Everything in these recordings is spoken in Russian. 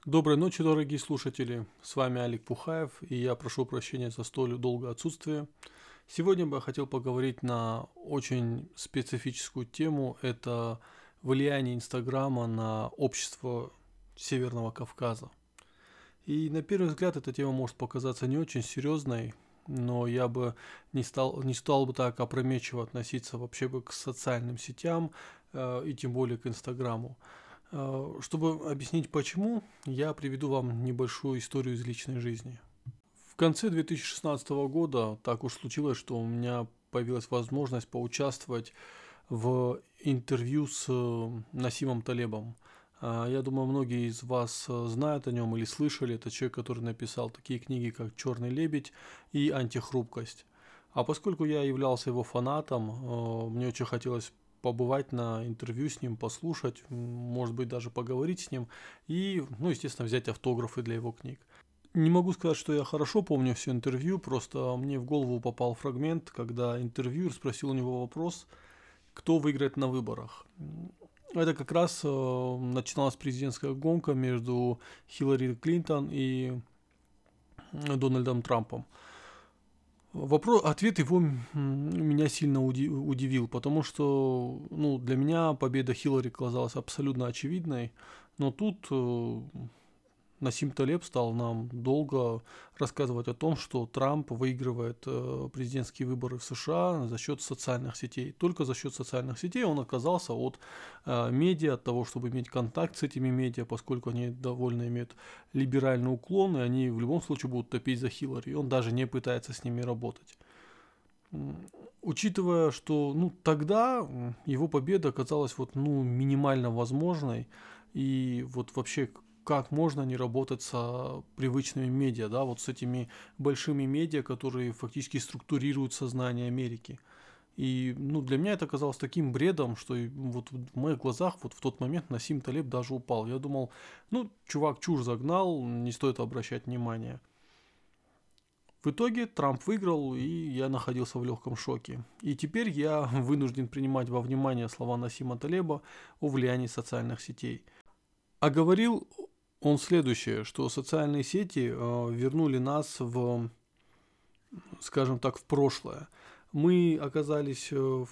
Доброй ночи, дорогие слушатели. С вами Алик Пухаев, и я прошу прощения за столь долгое отсутствие. Сегодня бы я хотел поговорить на очень специфическую тему. Это влияние Инстаграма на общество Северного Кавказа. И на первый взгляд эта тема может показаться не очень серьезной, но я бы не стал бы так опрометчиво относиться вообще бы к социальным сетям и тем более к Инстаграму. Чтобы объяснить почему, я приведу вам небольшую историю из личной жизни. В конце 2016 года так уж случилось, что у меня появилась возможность поучаствовать в интервью с Насимом Талебом. Я думаю, многие из вас знают о нем или слышали. Это человек, который написал такие книги, как «Черный лебедь» и «Антихрупкость». А поскольку я являлся его фанатом, мне очень хотелось побывать на интервью с ним, послушать, может быть, даже поговорить с ним и, ну, естественно, взять автографы для его книг. Не могу сказать, что я хорошо помню все интервью, просто мне в голову попал фрагмент, когда интервьюер спросил у него вопрос, кто выиграет на выборах. Это как раз начиналась президентская гонка между Хиллари Клинтон и Дональдом Трампом. Ответ его меня сильно удивил, потому что ну, для меня победа Хиллари казалась абсолютно очевидной, но тут Насим Талеб стал нам долго рассказывать о том, что Трамп выигрывает президентские выборы в США за счет социальных сетей. Только за счет социальных сетей он отказался от медиа, от того, чтобы иметь контакт с этими медиа, поскольку они довольно имеют либеральный уклон, и они в любом случае будут топить за Хиллари. И он даже не пытается с ними работать. Учитывая, что ну, тогда его победа казалась вот, ну, минимально возможной, и вот вообще как можно не работать с привычными медиа, да, вот с этими большими медиа, которые фактически структурируют сознание Америки. И ну, для меня это казалось таким бредом, что вот в моих глазах вот в тот момент Насим Талеб даже упал. Я думал, ну, чувак чушь загнал, не стоит обращать внимания. В итоге Трамп выиграл, и я находился в легком шоке. И теперь я вынужден принимать во внимание слова Насима Талеба о влиянии социальных сетей. А говорил он следующее, что социальные сети вернули нас в, скажем так, в прошлое. Мы оказались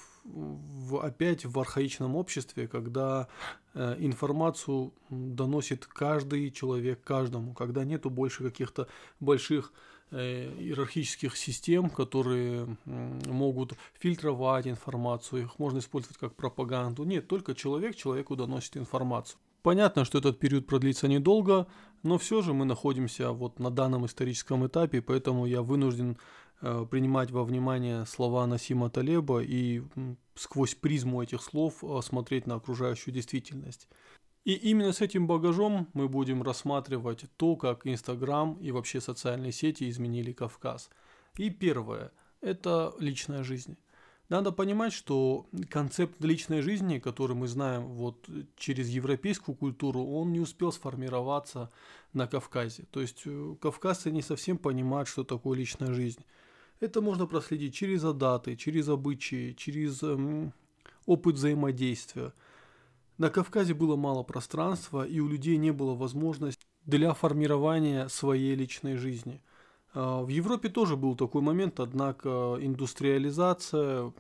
опять в архаичном обществе, когда информацию доносит каждый человек каждому, когда нету больше каких-то больших иерархических систем, которые могут фильтровать информацию, их можно использовать как пропаганду. Нет, только человек человеку доносит информацию. Понятно, что этот период продлится недолго, но все же мы находимся вот на данном историческом этапе, поэтому я вынужден принимать во внимание слова Насима Талеба и сквозь призму этих слов смотреть на окружающую действительность. И именно с этим багажом мы будем рассматривать то, как Инстаграм и вообще социальные сети изменили Кавказ. И первое– это личная жизнь. Надо понимать, что концепт личной жизни, который мы знаем вот через европейскую культуру, он не успел сформироваться на Кавказе. То есть кавказцы не совсем понимают, что такое личная жизнь. Это можно проследить через адаты, через обычаи, через опыт взаимодействия. На Кавказе было мало пространства, и у людей не было возможности для формирования своей личной жизни. В Европе тоже был такой момент, однако индустриализация,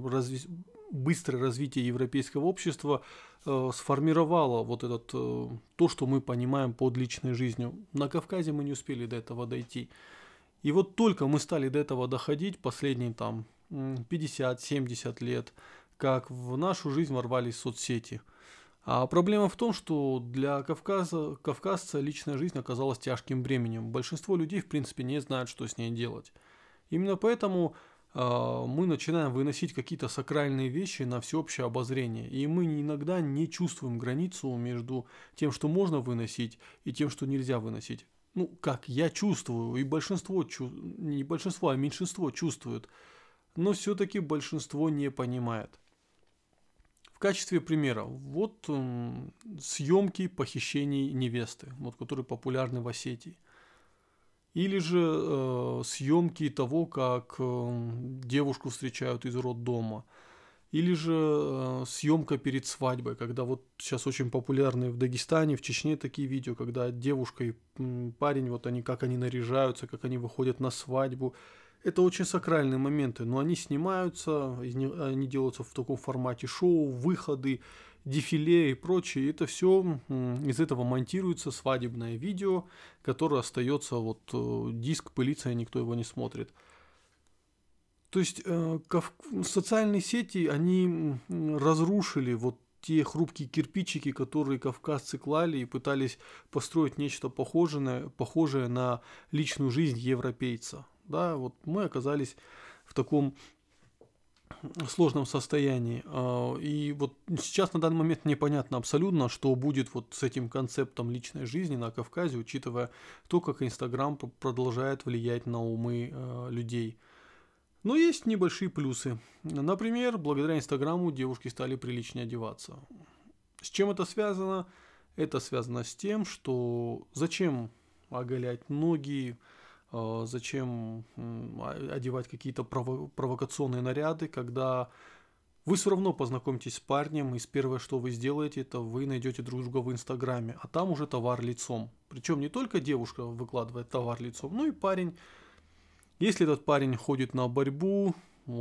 быстрое развитие европейского общества сформировало вот этот, то, что мы понимаем под личной жизнью. На Кавказе мы не успели до этого дойти. И вот только мы стали до этого доходить последние там 50-70 лет, как в нашу жизнь ворвались соцсети. А проблема в том, что для кавказца личная жизнь оказалась тяжким бременем. Большинство людей, в принципе, не знают, что с ней делать. Именно поэтому мы начинаем выносить какие-то сакральные вещи на всеобщее обозрение. И мы иногда не чувствуем границу между тем, что можно выносить, и тем, что нельзя выносить. Ну, как я чувствую, и большинство, не большинство, а меньшинство чувствует, но все-таки большинство не понимает. В качестве примера, вот съемки похищений невесты, вот, которые популярны в Осетии. Или же съемки того, как девушку встречают из роддома. Или же съемка перед свадьбой, когда вот сейчас очень популярны в Дагестане, в Чечне такие видео, когда девушка и парень, вот они, как они наряжаются, как они выходят на свадьбу. Это очень сакральные моменты, но они снимаются, они делаются в таком формате шоу, выходы, дефиле и прочее. Это все из этого монтируется свадебное видео, которое остается, вот диск пылится, и никто его не смотрит. То есть социальные сети, они разрушили вот те хрупкие кирпичики, которые кавказцы клали и пытались построить нечто похожее на личную жизнь европейца. Да, вот мы оказались в таком сложном состоянии. И вот сейчас на данный момент непонятно абсолютно, что будет вот с этим концептом личной жизни на Кавказе, учитывая то, как Инстаграм продолжает влиять на умы людей. Но есть небольшие плюсы. Например, благодаря Инстаграму девушки стали приличнее одеваться. С чем это связано? Это связано с тем, что зачем оголять ноги, зачем одевать какие-то провокационные наряды, когда вы все равно познакомитесь с парнем, и первое, что вы сделаете, это вы найдете друг друга в Инстаграме, а там уже товар лицом. Причем не только девушка выкладывает товар лицом, но и парень. Если этот парень ходит на борьбу,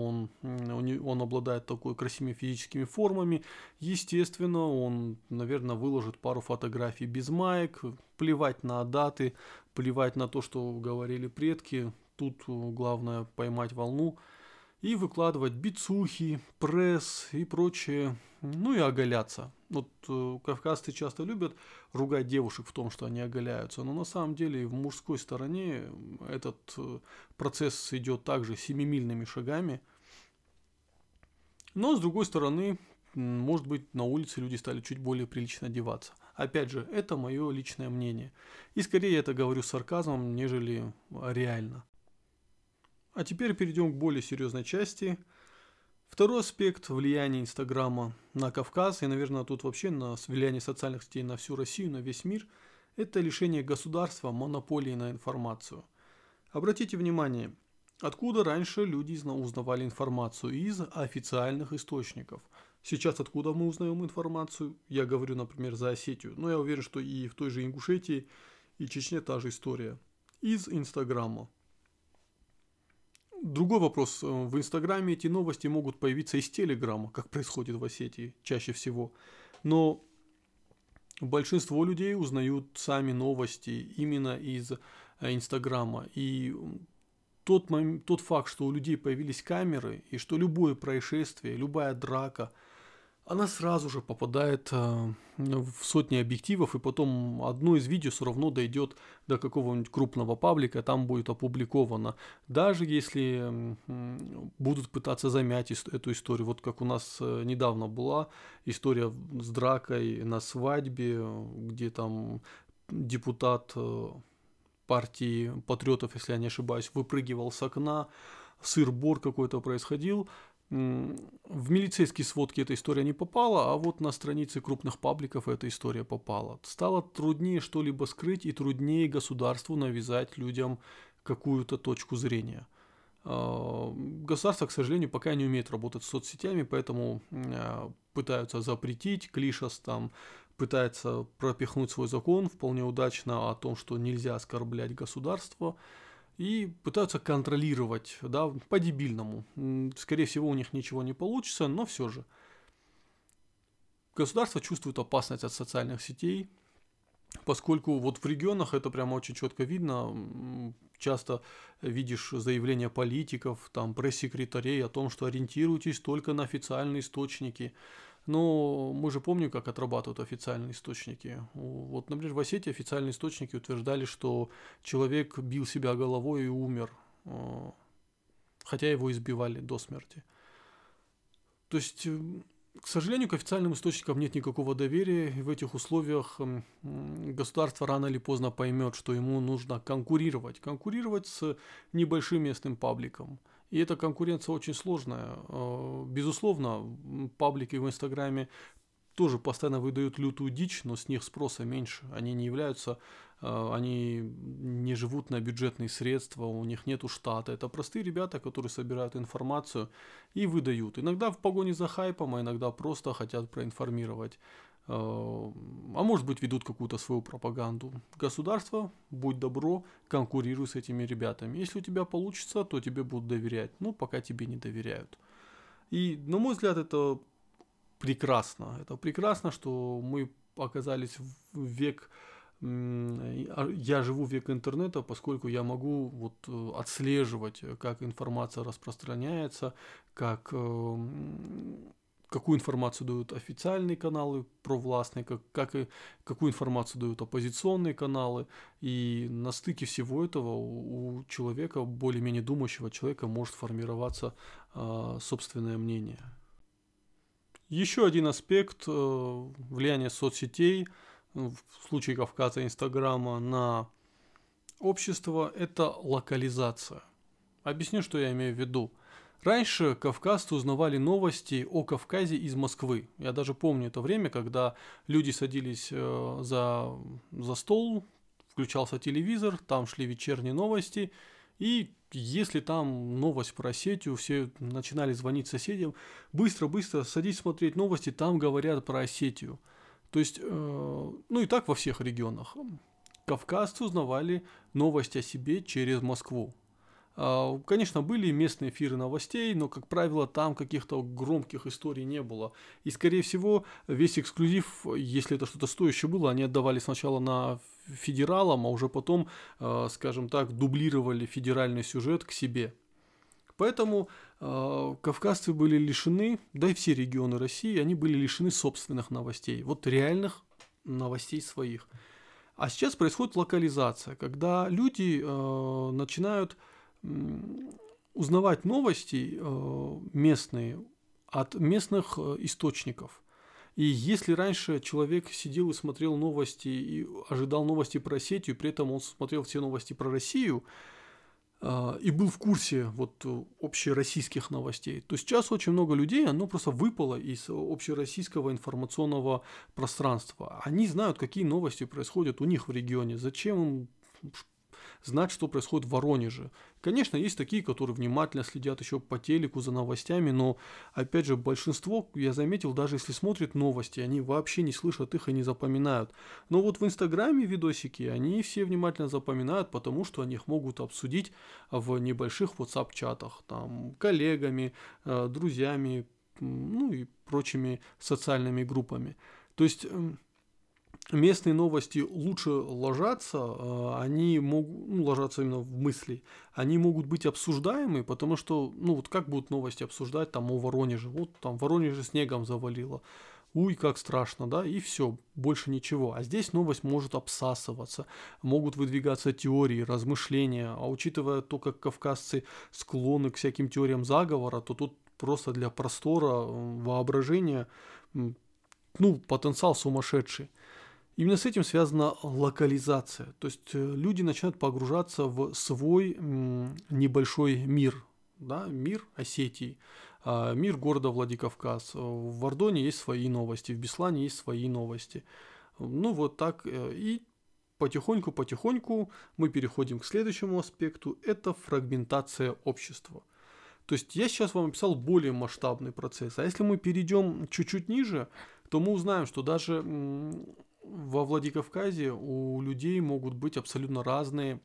он обладает такой красивыми физическими формами, естественно, он, наверное, выложит пару фотографий без маек, плевать на даты, плевать на то, что говорили предки. Тут главное поймать волну и выкладывать бицухи, пресс и прочее, ну и оголяться. Вот кавказцы часто любят ругать девушек в том, что они оголяются, но на самом деле в мужской стороне этот процесс идет также семимильными шагами. Но с другой стороны, может быть, на улице люди стали чуть более прилично одеваться. Опять же, это мое личное мнение. И скорее я это говорю с сарказмом, нежели реально. А теперь перейдем к более серьезной части. Второй аспект влияния Инстаграма на Кавказ и, наверное, тут вообще на влияние социальных сетей на всю Россию, на весь мир, это лишение государства монополии на информацию. Обратите внимание, откуда раньше люди узнавали информацию? Из официальных источников. Сейчас откуда мы узнаем информацию? Я говорю, например, за Осетию, но я уверен, что и в той же Ингушетии и Чечне та же история. Из Инстаграма. Другой вопрос. В Инстаграме эти новости могут появиться из Телеграма, как происходит в Осетии чаще всего. Но большинство людей узнают сами новости именно из Инстаграма. И тот факт, что у людей появились камеры, и что любое происшествие, любая драка, она сразу же попадает в сотни объективов, и потом одно из видео все равно дойдет до какого-нибудь крупного паблика, там будет опубликовано. Даже если будут пытаться замять эту историю, вот как у нас недавно была история с дракой на свадьбе, где там депутат партии патриотов, если я не ошибаюсь, выпрыгивал с окна, сыр-бор какой-то происходил. В милицейские сводки эта история не попала, а вот на страницы крупных пабликов эта история попала. Стало труднее что-либо скрыть и труднее государству навязать людям какую-то точку зрения. Государство, к сожалению, пока не умеет работать с соцсетями, поэтому пытаются запретить, Клишас там пытается пропихнуть свой закон вполне удачно о том, что нельзя оскорблять государство, и пытаются контролировать, да, по-дебильному. Скорее всего, у них ничего не получится, но все же. Государство чувствует опасность от социальных сетей, поскольку вот в регионах это прямо очень четко видно. Часто видишь заявления политиков, там, пресс-секретарей о том, что ориентируйтесь только на официальные источники. Но мы же помним, как отрабатывают официальные источники. Вот, например, в Осетии официальные источники утверждали, что человек бил себя головой и умер, хотя его избивали до смерти. То есть, к сожалению, к официальным источникам нет никакого доверия, и в этих условиях государство рано или поздно поймет, что ему нужно конкурировать с небольшим местным пабликом. И эта конкуренция очень сложная. Безусловно, паблики в Инстаграме тоже постоянно выдают лютую дичь, но с них спроса меньше. Они не являются, они не живут на бюджетные средства, у них нету штата. Это простые ребята, которые собирают информацию и выдают. Иногда в погоне за хайпом, а иногда просто хотят проинформировать. А может быть, ведут какую-то свою пропаганду. Государство, будь добро, конкурируй с этими ребятами. Если у тебя получится, то тебе будут доверять. Ну, пока тебе не доверяют. И, на мой взгляд, это прекрасно. Это прекрасно, что мы оказались в век... Я живу в век интернета, поскольку я могу вот отслеживать, как информация распространяется, какую информацию дают официальные каналы провластные, какую информацию дают оппозиционные каналы. И на стыке всего этого у человека, более-менее думающего человека, может формироваться собственное мнение. Еще один аспект влияния соцсетей, в случае Кавказа и Инстаграма, на общество – это локализация. Объясню, что я имею в виду. Раньше кавказцы узнавали новости о Кавказе из Москвы. Я даже помню это время, когда люди садились за стол, включался телевизор, там шли вечерние новости, и если там новость про Осетию, все начинали звонить соседям, быстро-быстро садись смотреть новости, там говорят про Осетию. То есть, ну и так во всех регионах. Кавказцы узнавали новости о себе через Москву. Конечно, были местные эфиры новостей, но, как правило, там каких-то громких историй не было. И, скорее всего, весь эксклюзив, если это что-то стоящее было, они отдавали сначала на федералам, а уже потом, скажем так, дублировали федеральный сюжет к себе. Поэтому кавказцы были лишены, да и все регионы России, они были лишены собственных новостей, вот реальных новостей своих. А сейчас происходит локализация, когда люди начинают узнавать новости местные от местных источников. И если раньше человек сидел и смотрел новости и ожидал новости про Осетию, при этом он смотрел все новости про Россию и был в курсе вот общероссийских новостей, то сейчас очень много людей, оно просто выпало из общероссийского информационного пространства. Они знают, какие новости происходят у них в регионе, зачем им знать, что происходит в Воронеже. Конечно, есть такие, которые внимательно следят еще по телеку за новостями, но, опять же, большинство, я заметил, даже если смотрят новости, они вообще не слышат их и не запоминают. Но вот в Инстаграме видосики, они все внимательно запоминают, потому что они их могут обсудить в небольших WhatsApp-чатах, там, коллегами, друзьями, ну и прочими социальными группами. То есть местные новости лучше ложатся, они могут, ну, ложатся именно в мысли, они могут быть обсуждаемы, потому что, ну, вот как будут новости обсуждать там о Воронеже, вот там в Воронеже снегом завалило, уй, как страшно, да, и все, больше ничего. А здесь новость может обсасываться, могут выдвигаться теории, размышления, а учитывая то, как кавказцы склонны к всяким теориям заговора, то тут просто для простора воображения, ну, потенциал сумасшедший. Именно с этим связана локализация. То есть люди начинают погружаться в свой небольшой мир. Да? Мир Осетии, мир города Владикавказ. В Ордоне есть свои новости, в Беслане есть свои новости. Ну вот так. И потихоньку мы переходим к следующему аспекту. Это фрагментация общества. То есть я сейчас вам описал более масштабный процесс. А если мы перейдем чуть-чуть ниже, то мы узнаем, что даже во Владикавказе у людей могут быть абсолютно разные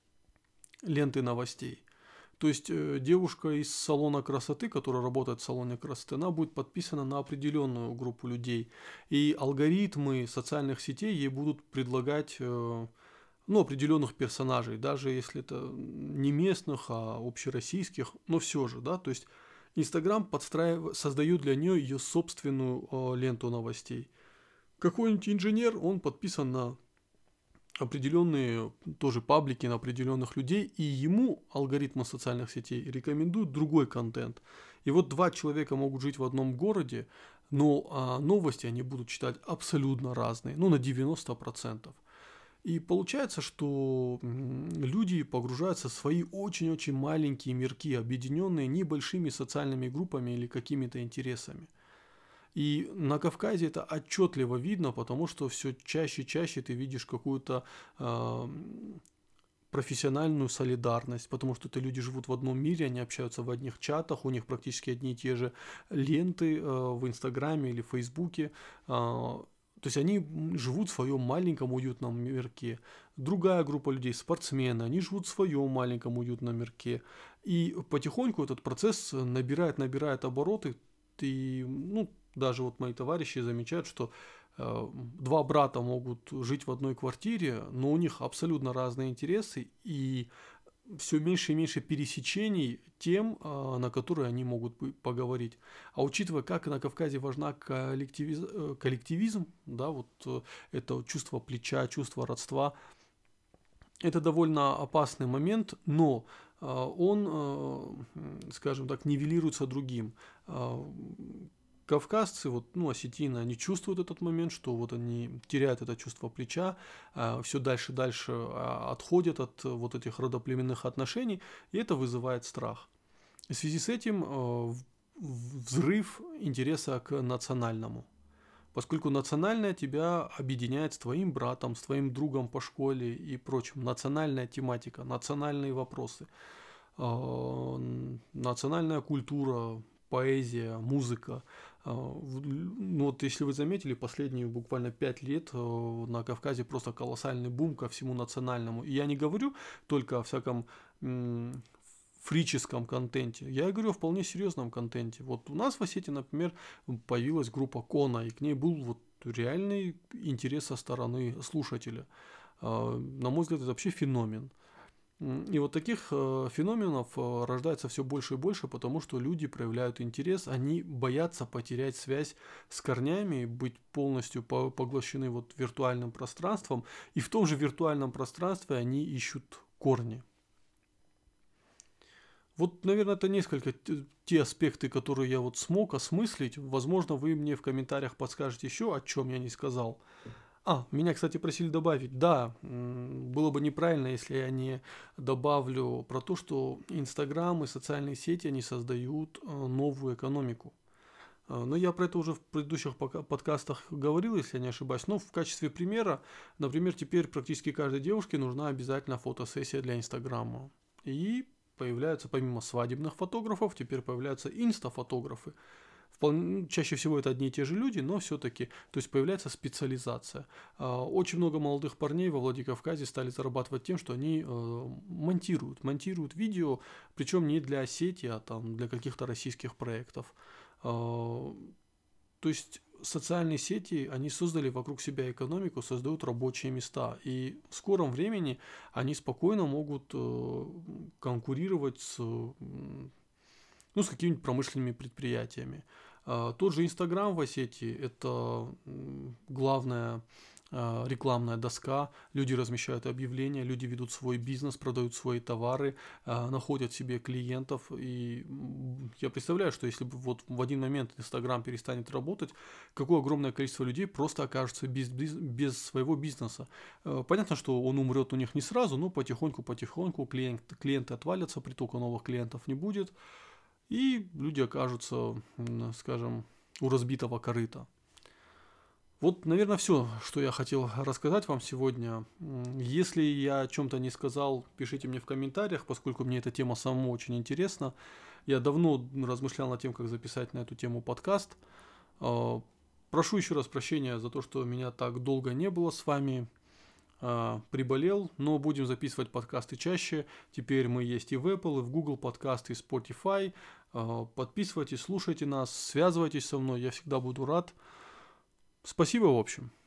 ленты новостей. То есть девушка из салона красоты, которая работает в салоне красоты, она будет подписана на определенную группу людей. И алгоритмы социальных сетей ей будут предлагать определенных персонажей, даже если это не местных, а общероссийских, но все же, да, то есть Инстаграм создает для нее ее собственную ленту новостей. Какой-нибудь инженер, он подписан на определенные тоже паблики, на определенных людей, и ему алгоритмы социальных сетей рекомендуют другой контент. И вот два человека могут жить в одном городе, но новости они будут читать абсолютно разные, ну на 90%. И получается, что люди погружаются в свои очень-очень маленькие мирки, объединенные небольшими социальными группами или какими-то интересами. И на Кавказе это отчетливо видно, потому что все чаще и чаще ты видишь какую-то а, профессиональную солидарность, потому что это люди живут в одном мире, они общаются в одних чатах, у них практически одни и те же ленты в Инстаграме или Фейсбуке. То есть они живут в своем маленьком уютном мирке. Другая группа людей, спортсмены, они живут в своем маленьком уютном мирке. И потихоньку этот процесс набирает обороты. И, ну, даже вот мои товарищи замечают, что два брата могут жить в одной квартире, но у них абсолютно разные интересы и все меньше и меньше пересечений тем, на которые они могут поговорить. А учитывая, как на Кавказе важна коллективизм, да, вот это чувство плеча, чувство родства, это довольно опасный момент, но он, скажем так, нивелируется другим. Кавказцы, вот, ну, осетины, они чувствуют этот момент, что вот они теряют это чувство плеча, все дальше и дальше отходят от вот этих родоплеменных отношений, и это вызывает страх. В связи с этим взрыв интереса к национальному. Поскольку национальное тебя объединяет с твоим братом, с твоим другом по школе и прочим. Национальная тематика, национальные вопросы, национальная культура, поэзия, музыка. Ну вот если вы заметили, последние буквально 5 лет на Кавказе просто колоссальный бум ко всему национальному. И я не говорю только о всяком фрическом контенте. Я говорю о вполне серьезном контенте. Вот у нас в Осетии, например, появилась группа Кона, и к ней был вот реальный интерес со стороны слушателя. На мой взгляд, это вообще феномен. И вот таких феноменов рождается все больше и больше, потому что люди проявляют интерес, они боятся потерять связь с корнями, быть полностью поглощены вот виртуальным пространством, и в том же виртуальном пространстве они ищут корни. Вот, наверное, это несколько те аспекты, которые я вот смог осмыслить. Возможно, вы мне в комментариях подскажете еще, о чем я не сказал. Меня, кстати, просили добавить. Да, было бы неправильно, если я не добавлю про то, что Инстаграм и социальные сети, они создают новую экономику. Но я про это уже в предыдущих подкастах говорил, если я не ошибаюсь. Но в качестве примера, например, теперь практически каждой девушке нужна обязательно фотосессия для Инстаграма. И появляются, помимо свадебных фотографов, теперь появляются инстафотографы. Чаще всего это одни и те же люди, но все-таки, то есть появляется специализация. Очень много молодых парней во Владикавказе стали зарабатывать тем, что они монтируют видео, причем не для Осетии, а там для каких-то российских проектов. То есть социальные сети, они создали вокруг себя экономику, создают рабочие места. И в скором времени они спокойно могут конкурировать с какими-нибудь промышленными предприятиями. Тот же Инстаграм в Осетии – это главная рекламная доска, люди размещают объявления, люди ведут свой бизнес, продают свои товары, находят себе клиентов. И я представляю, что если бы вот в один момент Инстаграм перестанет работать, какое огромное количество людей просто окажется без своего бизнеса. Понятно, что он умрет у них не сразу, но потихоньку клиенты отвалятся, притока новых клиентов не будет. И люди окажутся, скажем, у разбитого корыта. Вот, наверное, все, что я хотел рассказать вам сегодня. Если я о чем-то не сказал, пишите мне в комментариях, поскольку мне эта тема самому очень интересна. Я давно размышлял над тем, как записать на эту тему подкаст. Прошу еще раз прощения за то, что меня так долго не было с вами. Приболел, но будем записывать подкасты чаще. Теперь мы есть и в Apple, и в Google подкасты, и Spotify. Подписывайтесь, слушайте нас, связывайтесь со мной, я всегда буду рад. Спасибо, в общем.